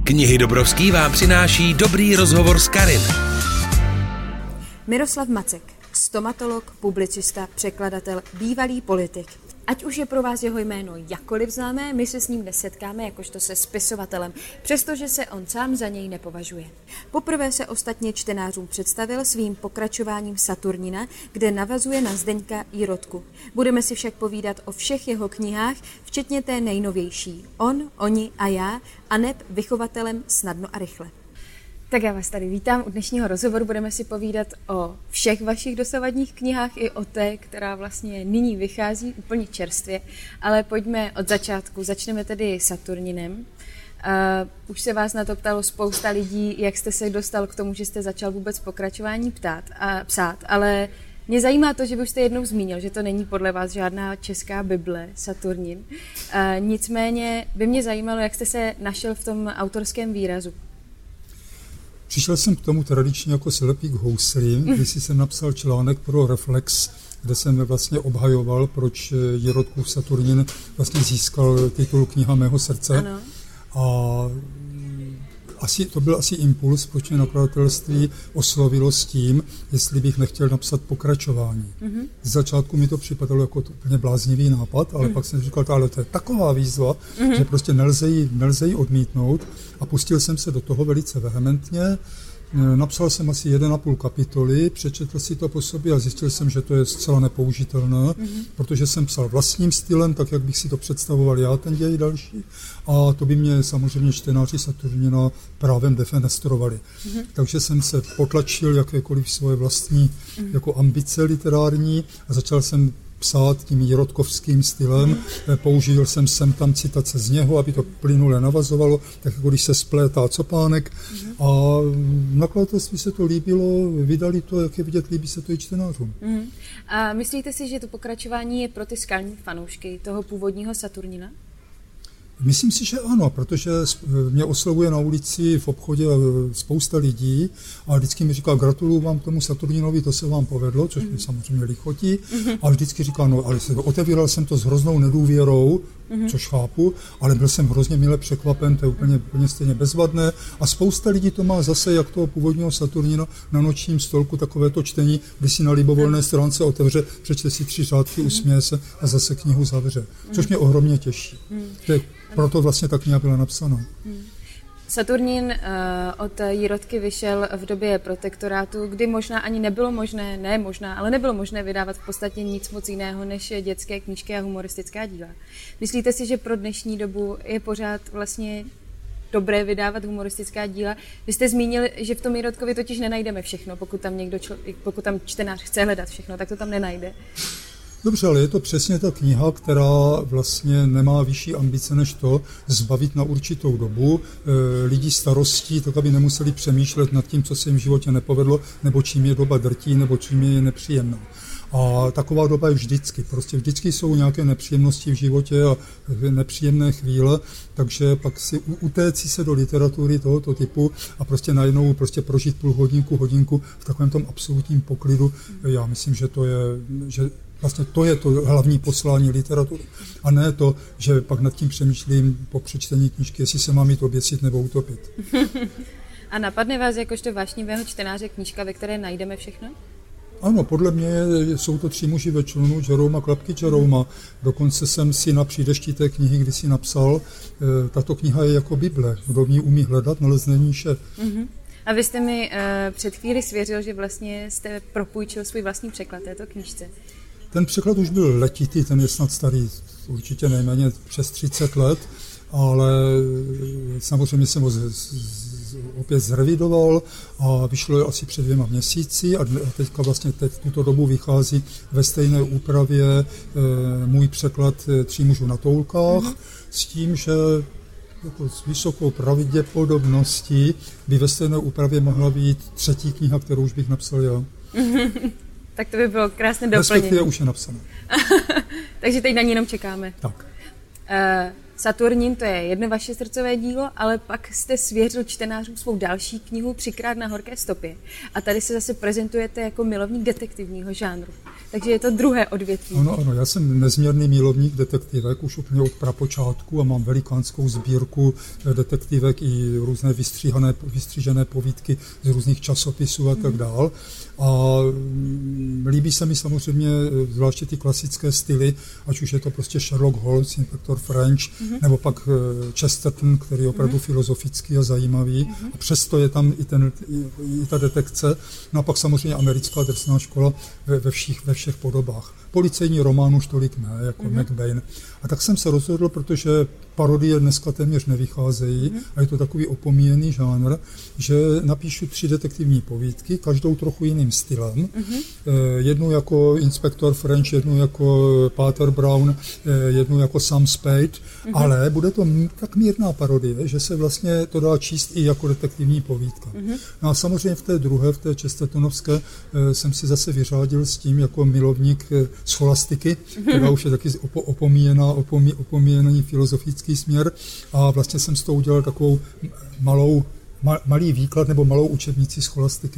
Knihy Dobrovský vám přináší dobrý rozhovor s Karin. Miroslav Macek, stomatolog, publicista, překladatel, bývalý politik. Ať už je pro vás jeho jméno jakkoliv známé, my se s ním dnes setkáme jakožto se spisovatelem, přestože se on sám za něj nepovažuje. Poprvé se ostatně čtenářům představil svým pokračováním Saturnina, kde navazuje na Zdeňka Jirotku. Budeme si však povídat o všech jeho knihách, včetně té nejnovější On, oni a já, aneb vychovatelem snadno a rychle. Tak já vás tady vítám. U dnešního rozhovoru budeme si povídat o všech vašich dosavadních knihách i o té, která vlastně nyní vychází úplně čerstvě. Ale pojďme od začátku. Začneme tedy Saturninem. Už se vás na to ptalo spousta lidí, jak jste se dostal k tomu, že jste začal vůbec pokračování psát, ale mě zajímá to, že vy už jste jednou zmínil, že to není podle vás žádná česká Bible, Saturnin. Nicméně by mě zajímalo, jak jste se našel v tom autorském výrazu. Přišel jsem k tomu tradičně jako slepý k housli, když jsem napsal článek pro Reflex, kde jsem vlastně obhajoval, proč Jirotkův Saturnin vlastně získal titul Kniha mého srdce. Ano. A to byl asi impuls, proč mě nakladatelství oslovilo s tím, jestli bych nechtěl napsat pokračování. Z začátku mi to připadalo jako úplně bláznivý nápad, ale pak jsem říkal, ale to je taková výzva, že prostě nelze ji odmítnout, a pustil jsem se do toho velice vehementně. Napsal jsem asi 1,5 kapitoly, přečetl si to po sobě a zjistil jsem, že to je zcela nepoužitelné, protože jsem psal vlastním stylem, tak jak bych si to představoval já, ten děj další, a to by mě samozřejmě čtenáři Saturnina právem defenestrovali. Takže jsem se potlačil jakékoliv svoje vlastní jako ambice literární a začal jsem psát tím jirotkovským stylem. Použil jsem sem tam citace z něho, aby to plynule navazovalo, tak jako když se splétá copánek. A nakladatelství se to líbilo, vydali to, jak je vidět, líbí se to i čtenářům. A myslíte si, že to pokračování je pro ty skalní fanoušky toho původního Saturnina? Myslím si, že ano, protože mě oslovuje na ulici, v obchodě spousta lidí a vždycky mi říká, gratuluju vám tomu Saturninovi, to se vám povedlo, což mi samozřejmě lichotí. A vždycky říká, no ale otevíral jsem to s hroznou nedůvěrou, což chápu, ale byl jsem hrozně mile překvapen, to je úplně stejně bezvadné. A spousta lidí to má zase, jak toho původního Saturnina, na nočním stolku takovéto čtení, kdy si na libovolné stránce otevře, přečte si 3 řádky, usměje se a zase knihu zavře. Což mě ohromně těší. Proto vlastně ta kniha byla napsána. Saturnin od Jirotky vyšel v době protektorátu, kdy možná ani nebylo možné, ale nebylo možné vydávat v podstatě nic moc jiného než dětské knížky a humoristická díla. Myslíte si, že pro dnešní dobu je pořád vlastně dobré vydávat humoristická díla? Vy jste zmínil, že v tom Jirotkovi totiž nenajdeme všechno, pokud tam čtenář chce hledat všechno, tak to tam nenajde. Dobře, ale je to přesně ta kniha, která vlastně nemá vyšší ambice než to zbavit na určitou dobu lidí starostí, tak aby nemuseli přemýšlet nad tím, co se jim v životě nepovedlo, nebo čím je doba drtí, nebo čím je nepříjemná. A taková doba je vždycky. Prostě vždycky jsou nějaké nepříjemnosti v životě a nepříjemné chvíle, takže pak si utéci se do literatury tohoto typu a prostě najednou prostě prožít půl hodinku v takovém tom absolutním poklidu. Já myslím, že vlastně to je to hlavní poslání literatury. A ne to, že pak nad tím přemýšlím po přečtení knížky, jestli se mám jít oběsit nebo utopit. A napadne vás jakožto vášnivého čtenáře knížka, ve které najdeme všechno? Ano, podle mě jsou to 3 muži ve člunu, Jerouma, Klapky Jerouma. Dokonce jsem si na přídešti té knihy kdysi napsal, tato kniha je jako Bible. Kdo v ní umí hledat, nalezne níše. A vy jste mi před chvíli svěřil, že vlastně jste propůjčil svůj vlastní překlad této knížce. Ten překlad už byl letitý, ten je snad starý určitě nejméně přes 30 let, ale samozřejmě jsem ho opět zrevidoval a vyšlo asi před 2 měsíci a teďka vlastně tuto dobu vychází ve stejné úpravě můj překlad 3 mužů na toulkách, s tím, že jako s vysokou pravděpodobností by ve stejné úpravě mohla být 3. kniha, kterou už bych napsal já. Tak to by bylo krásné doplnění. Respektive už je napsané. Takže teď na ní jenom čekáme. Tak. Saturnin, to je jedno vaše srdcové dílo, ale pak jste svěřil čtenářům svou další knihu 3krát na horké stopě. A tady se zase prezentujete jako milovník detektivního žánru. takže je to druhé odvětví. Ano, já jsem nezměrný milovník detektivek už úplně od prapočátku a mám velikánskou sbírku detektivek i různé vystřížené povídky z různých časopisů a tak dál. A líbí se mi samozřejmě zvláště ty klasické styly, ať už je to prostě Sherlock Holmes, Inspektor French, nebo pak Chesterton, který je opravdu filozofický a zajímavý. A přesto je tam i ta detekce. No a pak samozřejmě americká drsná škola ve všech podobách. Policejní román už tolik ne, jako McBain. A tak jsem se rozhodl, protože parodie dneska téměř nevycházejí a je to takový opomíjený žánr, že napíšu 3 detektivní povídky, každou trochu jiným stylem. Jednu jako Inspektor French, jednu jako Pater Brown, jednu jako Sam Spade, ale bude to tak mírná parodie, že se vlastně to dá číst i jako detektivní povídka. No a samozřejmě v té druhé, v té chestertonovské, jsem si zase vyřádil s tím jako milovník scholastiky, která už je taky opomíjený filozofický směr a vlastně jsem s toho udělal takovou malý výklad nebo malou učebnici scholastiky.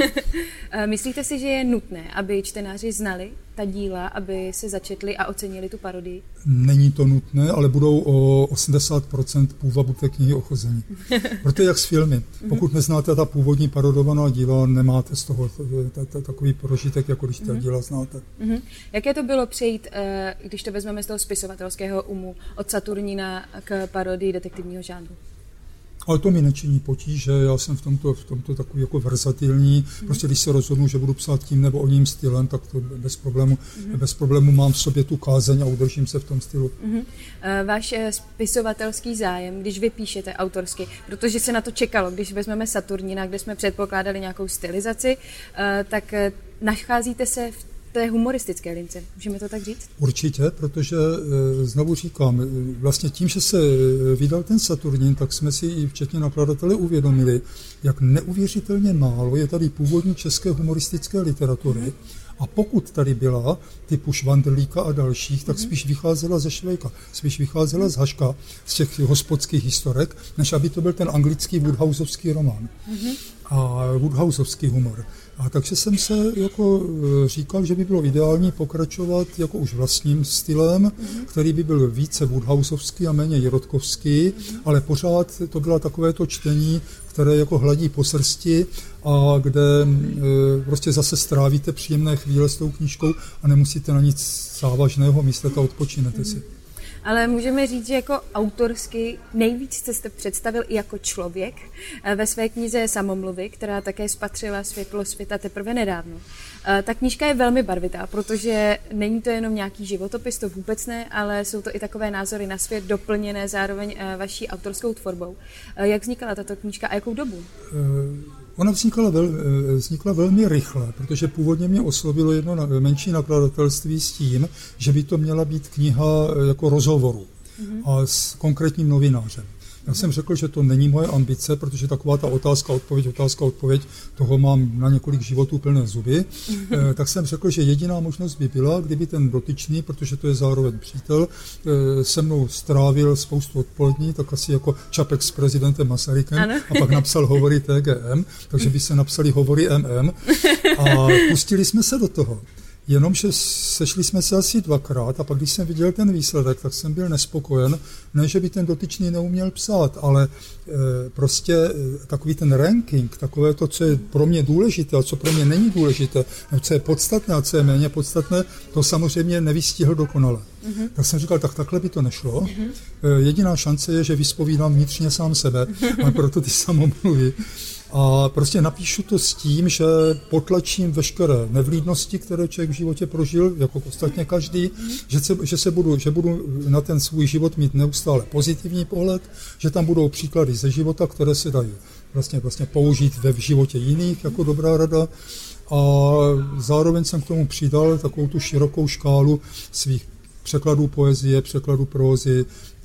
Myslíte si, že je nutné, aby čtenáři znali ta díla, aby se začetli a ocenili tu parodii? Není to nutné, ale budou o 80% půvabu té knihy ochození. Proto jak s filmy. Pokud neznáte ta původní parodovaná díla, nemáte z toho takový prožitek, jako když ta díla znáte. Jaké to bylo přejít, když to vezmeme z toho spisovatelského umu, od Saturnína k parodii detektivního žánru? Ale to mi nečiní potíže, já jsem v tomto takový jako versatilní. Prostě když se rozhodnu, že budu psát tím nebo oním stylem, tak to bez problému mám v sobě tu kázeň a udržím se v tom stylu. Váš spisovatelský zájem, když vy píšete autorsky, protože se na to čekalo, když vezmeme Saturnína, kde jsme předpokládali nějakou stylizaci, tak nacházíte se v té humoristické lince. Můžeme to tak říct? Určitě, protože znovu říkám, vlastně tím, že se vydal ten Saturnín, tak jsme si i včetně nakladatele uvědomili, jak neuvěřitelně málo je tady původní české humoristické literatury. A pokud tady byla, typu Švandrlíka a dalších, tak spíš vycházela ze Švejka, spíš vycházela z Haška, z těch hospodských historek, než aby to byl ten anglický Woodhouseovský román. A Woodhouseovský humor. A takže jsem se jako říkal, že by bylo ideální pokračovat jako už vlastním stylem, který by byl více Woodhouseovský a méně jirotkovský, ale pořád to bylo takovéto čtení, které jako hladí po srsti a kde prostě zase strávíte příjemné chvíle s tou knížkou a nemusíte na nic závažného myslet a odpočinete si. Ale můžeme říct, že jako autorsky nejvíc jste představil i jako člověk ve své knize Samomluvy, která také spatřila světlo světa teprve nedávno. Ta knížka je velmi barvitá, protože není to jenom nějaký životopis, to vůbec ne, ale jsou to i takové názory na svět, doplněné zároveň vaší autorskou tvorbou. Jak vznikala tato knížka a jakou dobu? Ona vznikla velmi rychle, protože původně mě oslovilo jedno menší nakladatelství s tím, že by to měla být kniha jako rozhovoru a s konkrétním novinářem. Já jsem řekl, že to není moje ambice, protože taková ta otázka, odpověď, toho mám na několik životů plné zuby. Tak jsem řekl, že jediná možnost by byla, kdyby ten dotyčný, protože to je zároveň přítel, se mnou strávil spoustu odpolední, tak asi jako Čapek s prezidentem Masarykem, a pak napsal hovory TGM, takže by se napsali hovory MM a pustili jsme se do toho. Jenomže sešli jsme se asi 2krát a pak, když jsem viděl ten výsledek, tak jsem byl nespokojen. Ne, že by ten dotyčný neuměl psát, ale prostě takový ten ranking, takové to, co je pro mě důležité a co pro mě není důležité, co je podstatné a co je méně podstatné, to samozřejmě nevystihl dokonale. Tak jsem říkal, takhle by to nešlo. Jediná šance je, že vyspovídám vnitřně sám sebe, a proto ty samomluvy. A prostě napíšu to s tím, že potlačím veškeré nevlídnosti, které člověk v životě prožil, jako ostatně každý, že budu na ten svůj život mít neustále pozitivní pohled, že tam budou příklady ze života, které se dají vlastně použít ve životě jiných jako dobrá rada. A zároveň jsem k tomu přidal takovou tu širokou škálu svých překladů poezie, překladů prózy,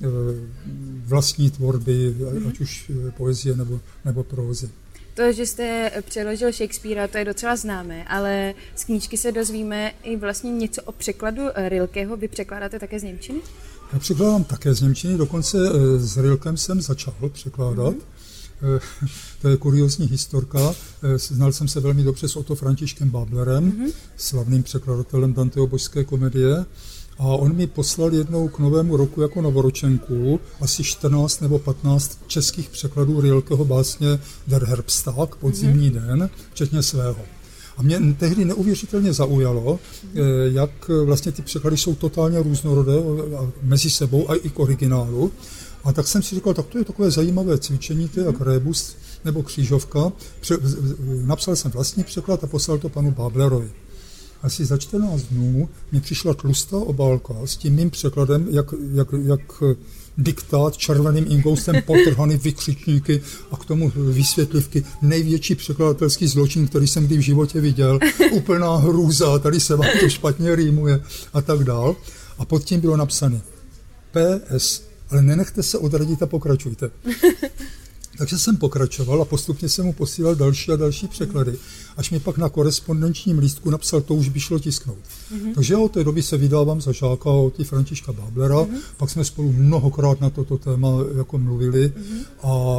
vlastní tvorby, ať už poezie nebo prózy. To, že jste přeložil Shakespearea, to je docela známé, ale z knížky se dozvíme i vlastně něco o překladu Rilkeho. Vy překládáte také z němčiny? Já překládám také z němčiny, dokonce s Rilkem jsem začal překládat. to je kuriózní historka. Znal jsem se velmi dobře s Otto Františkem Bablerem, slavným překladatelem Danteho Božské komedie. A on mi poslal jednou k novému roku jako novoročenku asi 14 nebo 15 českých překladů Rilkeho básně Der Herbsttag, podzimní den, včetně svého. A mě tehdy neuvěřitelně zaujalo, jak vlastně ty překlady jsou totálně různorodé mezi sebou a i k originálu. A tak jsem si říkal, tak to je takové zajímavé cvičení, to je jak rébus nebo křížovka. Napsal jsem vlastní překlad a poslal to panu Bablerovi. Asi za 14 dnů mi přišla tlustá obálka s tím mým překladem, jak diktát červeným ingoustem potrhaný vykřičníky a k tomu vysvětlivky. Největší překladatelský zločin, který jsem kdy v životě viděl. Úplná hrůza, tady se vám to špatně rýmuje a tak dál. A pod tím bylo napsané PS, ale nenechte se odradit a pokračujte. Takže jsem pokračoval a postupně jsem mu posílal další a další překlady, až mi pak na korespondenčním lístku napsal, to už by šlo tisknout. Takže já od té doby se vydávám za žáka od Františka Bablera, pak jsme spolu mnohokrát na toto téma jako mluvili a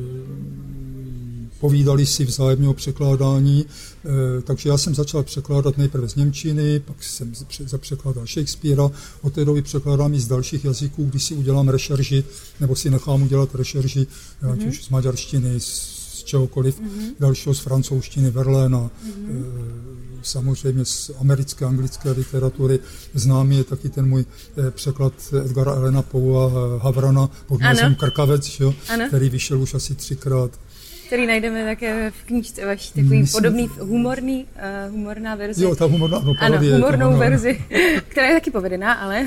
povídali si vzájemně o překládání, takže já jsem začal překládat nejprve z němčiny, pak jsem překládal Shakespearea, od té doby překládám i z dalších jazyků, když si udělám rešerži, nebo si nechám udělat rešerži, ať už z maďarštiny, z čehokoliv, dalšího z francouzštiny, Verlaina, samozřejmě z americké, anglické literatury. Známý je taky ten můj překlad Edgara Allena Poea Havrana pod názvem Krkavec, jo, který vyšel už asi 3krát. Který najdeme také v knížce vaší, takový podobný humorná verze. Jo, ta humorná, humornou verzi, která je taky povedená, ale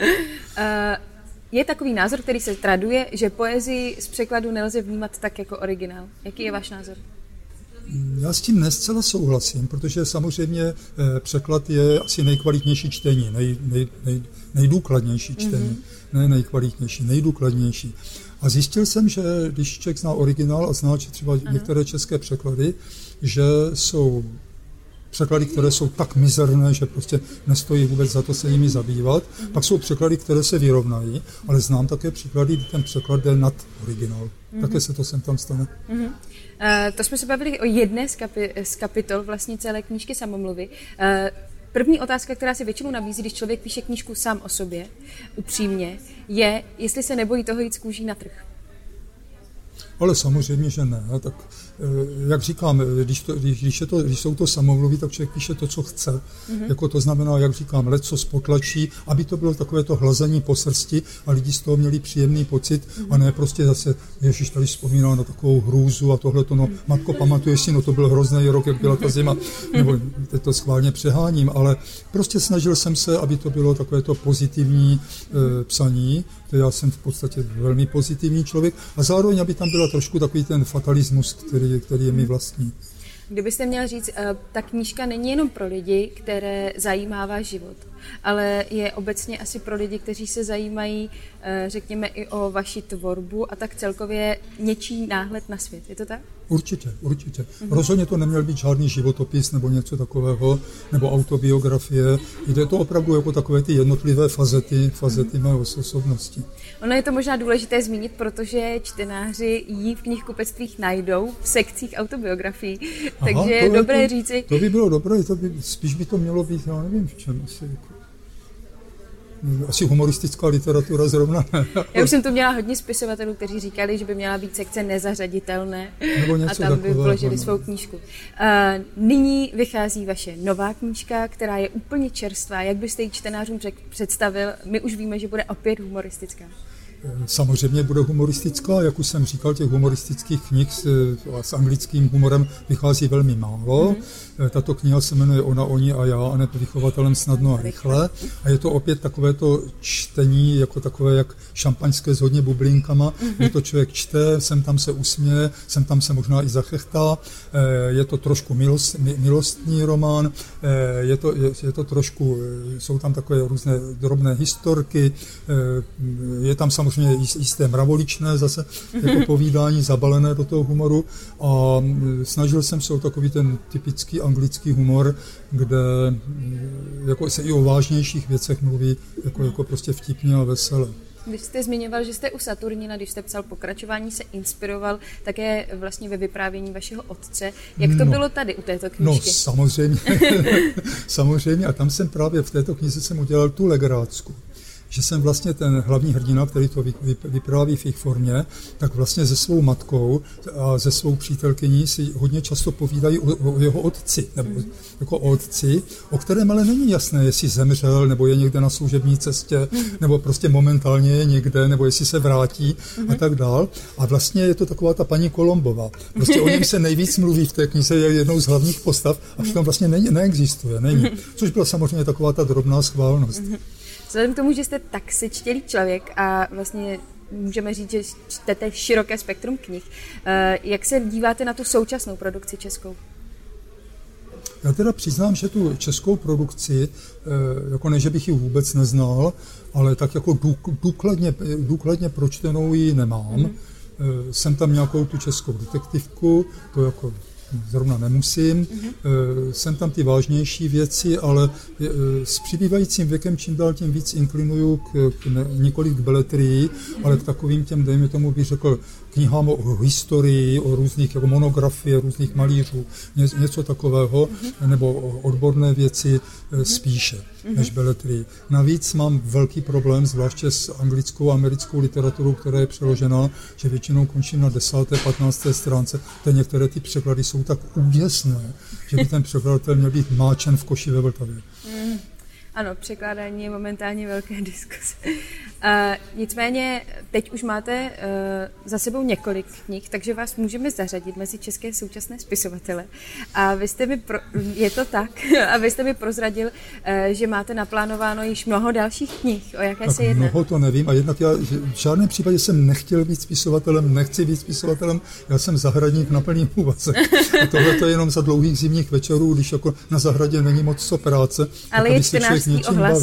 je takový názor, který se traduje, že poezii z překladu nelze vnímat tak jako originál. Jaký je váš názor? Já s tím nescela souhlasím, protože samozřejmě překlad je asi nejkvalitnější čtení, nejdůkladnější čtení, ne nejkvalitnější, nejdůkladnější. A zjistil jsem, že když člověk zná originál a zná třeba některé české překlady, že jsou překlady, které jsou tak mizerné, že prostě nestojí vůbec za to se jimi zabývat. Pak jsou překlady, které se vyrovnají, ale znám také příklady, kdy ten překlad jde nad originál. Také se to sem tam stane. To jsme se bavili o jedné z kapitol vlastně celé knížky Samomluvy. První otázka, která se většinou nabízí, když člověk píše knížku sám o sobě, upřímně, je, jestli se nebojí toho jít z kůží na trh. Ale samozřejmě, že ne. Tak, jak říkám, když jsou to samomluvy, tak člověk píše to, co chce. Jako to znamená, jak říkám, lecos potlačí, aby to bylo takové to hlazení po srsti a lidi z toho měli příjemný pocit a ne prostě zase, Ježíš tady vzpomínal na takovou hrůzu a tohleto, no matko, pamatuješ si, no to byl hrozný rok, jak byla ta zima, nebo teď to schválně přeháním, ale prostě snažil jsem se, aby to bylo takové to pozitivní psaní. Já jsem v podstatě velmi pozitivní člověk a zároveň, aby tam byla trošku takový ten fatalismus, který je mi vlastní. Kdybyste měl říct, ta knížka není jenom pro lidi, které zajímá váš život, ale je obecně asi pro lidi, kteří se zajímají, řekněme, i o vaši tvorbu a tak celkově něčí náhled na svět. Je to tak? Určitě. Rozhodně to neměl být žádný životopis nebo něco takového, nebo autobiografie. Jde to opravdu jako takové ty jednotlivé fazety mé osobnosti. Ono je to možná důležité zmínit, protože čtenáři ji v knihkupectvích najdou v sekcích autobiografií. Takže je dobré říci... To by bylo dobré, spíš by to mělo být, já nevím v čem asi humoristická literatura zrovna ne. Já už jsem tu měla hodně spisovatelů, kteří říkali, že by měla být sekce nezařaditelné a tam by vložili svou knížku. Nyní vychází vaše nová knížka, která je úplně čerstvá. Jak byste ji čtenářům představil? My už víme, že bude opět humoristická. Samozřejmě bude humoristická, jak už jsem říkal, těch humoristických knih s anglickým humorem vychází velmi málo. Tato kniha se jmenuje Ona, oni a já, a ne Vychovatelem snadno a rychle. A je to opět takovéto čtení, jako takové jak šampaňské s hodně bublinkama, kdy to člověk čte, sem tam se usměje, sem tam se možná i zachechtá. Je to trošku milostný román, je to trošku, jsou tam takové různé drobné historky, je tam samozřejmě jisté mravoličné zase jako povídání zabalené do toho humoru a snažil jsem se o takový ten typický anglický humor, kde jako se i o vážnějších věcech mluví jako prostě vtipně a vesele. Když jste zmiňoval, že jste u Saturnina, když jste psal pokračování, se inspiroval také vlastně ve vyprávění vašeho otce. Jak to bylo tady u této knížky? No samozřejmě, samozřejmě. A tam jsem právě v této knize jsem udělal tu legerácku, že jsem vlastně ten hlavní hrdina, který to vypráví v jejich formě, tak vlastně se svou matkou a se svou přítelkyní si hodně často povídají o jeho otci, nebo jako o otci, o kterém ale není jasné, jestli zemřel, nebo je někde na služební cestě, nebo prostě momentálně je někde, nebo jestli se vrátí a tak dál. A vlastně je to taková ta paní Kolombová. Prostě o něm se nejvíc mluví v té knize, je jednou z hlavních postav a přitom vlastně neexistuje, není. Což byla samozřejmě taková ta drobná schválnost. Vzhledem k tomu, že jste tak sečtělý člověk a vlastně můžeme říct, že čtete široké spektrum knih, jak se díváte na tu současnou produkci českou? Já teda přiznám, že tu českou produkci, jako ne, že bych ji vůbec neznal, ale tak jako důkladně pročtenou ji nemám. Jsem tam nějakou tu českou detektivku, to jako zrovna nemusím. Jsem tam ty vážnější věci, ale s přibývajícím věkem čím dál tím víc inklinuju nikoliv k beletrii, ale k takovým těm, dejme tomu bych řekl, knihám o historii, o různých jako monografie, různých malířů, něco takového, nebo o odborné věci spíše než beletrii. Navíc mám velký problém, zvláště s anglickou a americkou literaturou, která je přeložená, že většinou končím na 10., 15. stránce. Některé ty překlady jsou tak úděsné, že by ten překladatel měl být máčen v koši ve Vltavě. Ano, překládání je momentálně velké diskuse. Nicméně teď už máte za sebou několik knih, takže vás můžeme zařadit mezi české současné spisovatele. A vy jste je to tak, a vy jste mi prozradil, že máte naplánováno již mnoho dalších knih. O jaké tak se jedná? Mnoho to nevím a jednak já v žádném případě jsem nechtěl být spisovatelem, nechci být spisovatelem, já jsem zahradník na plný úvazek. A tohle to je jenom za dlouhých zimních večerů, když jako na zahradě není moc co práce. Ale je čtenářský ohlas.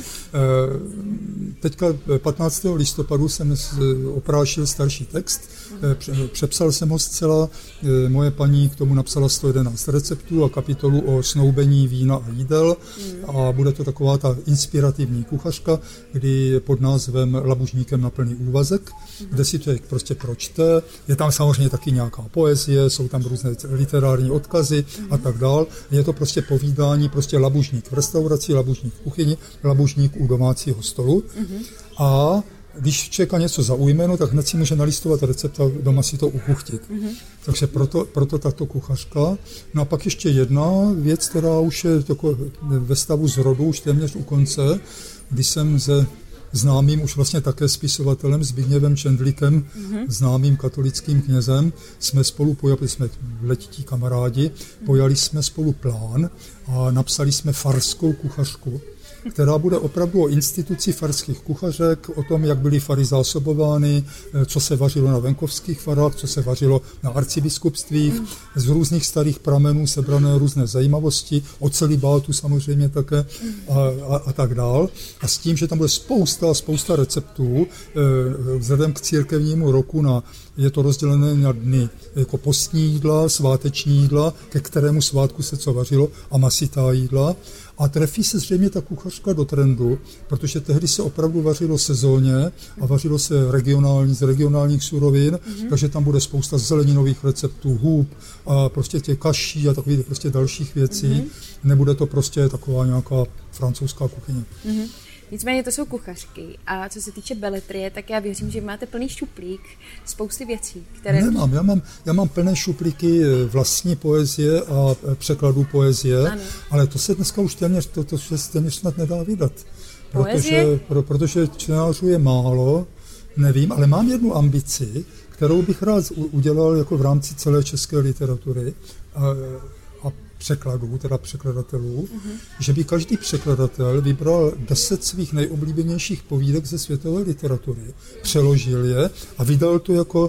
Teďka 15. listopadu jsem oprášil starší text, přepsal jsem ho zcela, moje paní k tomu napsala 111 receptů a kapitolu o snoubení vína a jídel a bude to taková ta inspirativní kuchařka, kdy pod názvem Labužníkem na plný úvazek, kde si člověk prostě pročte, je tam samozřejmě taky nějaká poezie, jsou tam různé literární odkazy a tak dál, je to prostě povídání, prostě labužník v restauraci, labužník v kuchyni, labužník u domácího stolu a když člověka něco zaujme, no, tak hned si může nalistovat recept a doma si to ukuchtit. Takže proto tato kuchařka. No a pak ještě jedna věc, která už je jako ve stavu zrodu, už téměř u konce, když jsem se známým už vlastně také spisovatelem Zbigněvem Čendlíkem, známým katolickým knězem, jsme spolu pojali, jsme letití kamarádi, pojali jsme spolu plán a napsali jsme farskou kuchařku, která bude opravdu o instituci farských kuchařek, o tom, jak byly fary zásobovány, co se vařilo na venkovských farách, co se vařilo na arcibiskupstvích, z různých starých pramenů sebrané různé zajímavosti, o celibátu samozřejmě také a tak dál. A s tím, že tam bude spousta receptů, vzhledem k církevnímu roku je to rozdělené na dny jako postní jídla, sváteční jídla, ke kterému svátku se co vařilo a masitá jídla. A trefí se zřejmě ta kuchařka do trendu, protože tehdy se opravdu vařilo sezónně a vařilo se z regionálních surovin, takže tam bude spousta zeleninových receptů, hůb a prostě těch kaší a takových prostě dalších věcí. Nebude to prostě taková nějaká francouzská kuchyně. Nicméně to jsou kuchařky a co se týče beletrie, tak já věřím, že máte plný šuplík spousty věcí, které... Nemám, já mám plné šuplíky vlastní poezie a překladů poezie, ano. Ale to se dneska už téměř snad nedá vydat, protože čtenářů je málo, nevím, ale mám jednu ambici, kterou bych rád udělal jako v rámci celé české literatury a překladů, teda překladatelů, že by každý překladatel vybral 10 svých nejoblíbenějších povídek ze světové literatury, přeložil je a vydal to jako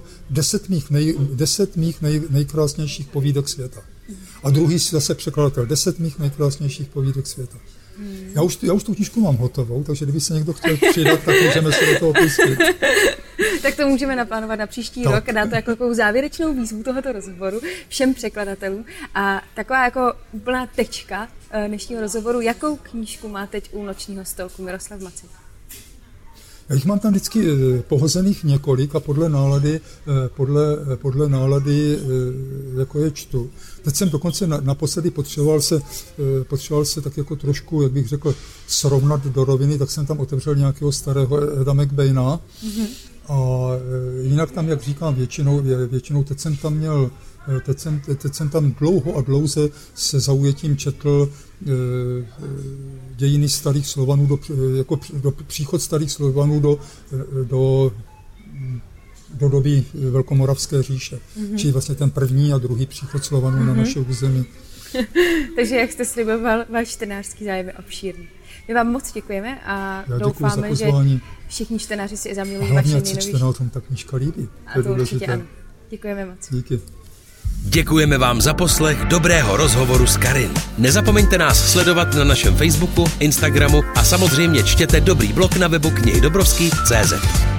10 mých nejkrásnějších povídek světa. A druhý zase překladatel 10 mých nejkrásnějších povídek světa. Já už tu knížku mám hotovou, takže kdyby se někdo chtěl přidat, tak můžeme se do toho pustit. Tak to můžeme naplánovat na příští rok, dát to jako takovou závěrečnou výzvu tohoto rozhovoru všem překladatelům. A taková jako úplná tečka dnešního rozhovoru, jakou knížku má teď u nočního stolku Miroslav Macek? Já jich mám tam vždycky pohozených několik a podle nálady jako je čtu. Teď jsem dokonce naposledy potřeboval se tak jako trošku, jak bych řekl, srovnat do roviny, tak jsem tam otevřel nějakého starého Eda McBaina. Mm-hmm. A jinak tam, jak říkám, většinou teď jsem tam dlouho a dlouze se zaujetím četl dějiny starých Slovanů, do příchod starých Slovanů do doby Velkomoravské říše. Mm-hmm. Čili vlastně ten první a druhý příchod Slovanů na naše území. Takže jak jste sliboval, váš čtenářský zájem je obšírný. My vám moc děkujeme a doufáme, že všichni čtenáři si zamilují vaše nejnovější. A hlavně, ta knížka líbí. A to určitě ano. Děkujeme moc. Díky. Děkujeme vám za poslech dobrého rozhovoru s Karin. Nezapomeňte nás sledovat na našem Facebooku, Instagramu a samozřejmě čtěte Dobrý blog na webu knihydobrovský.cz.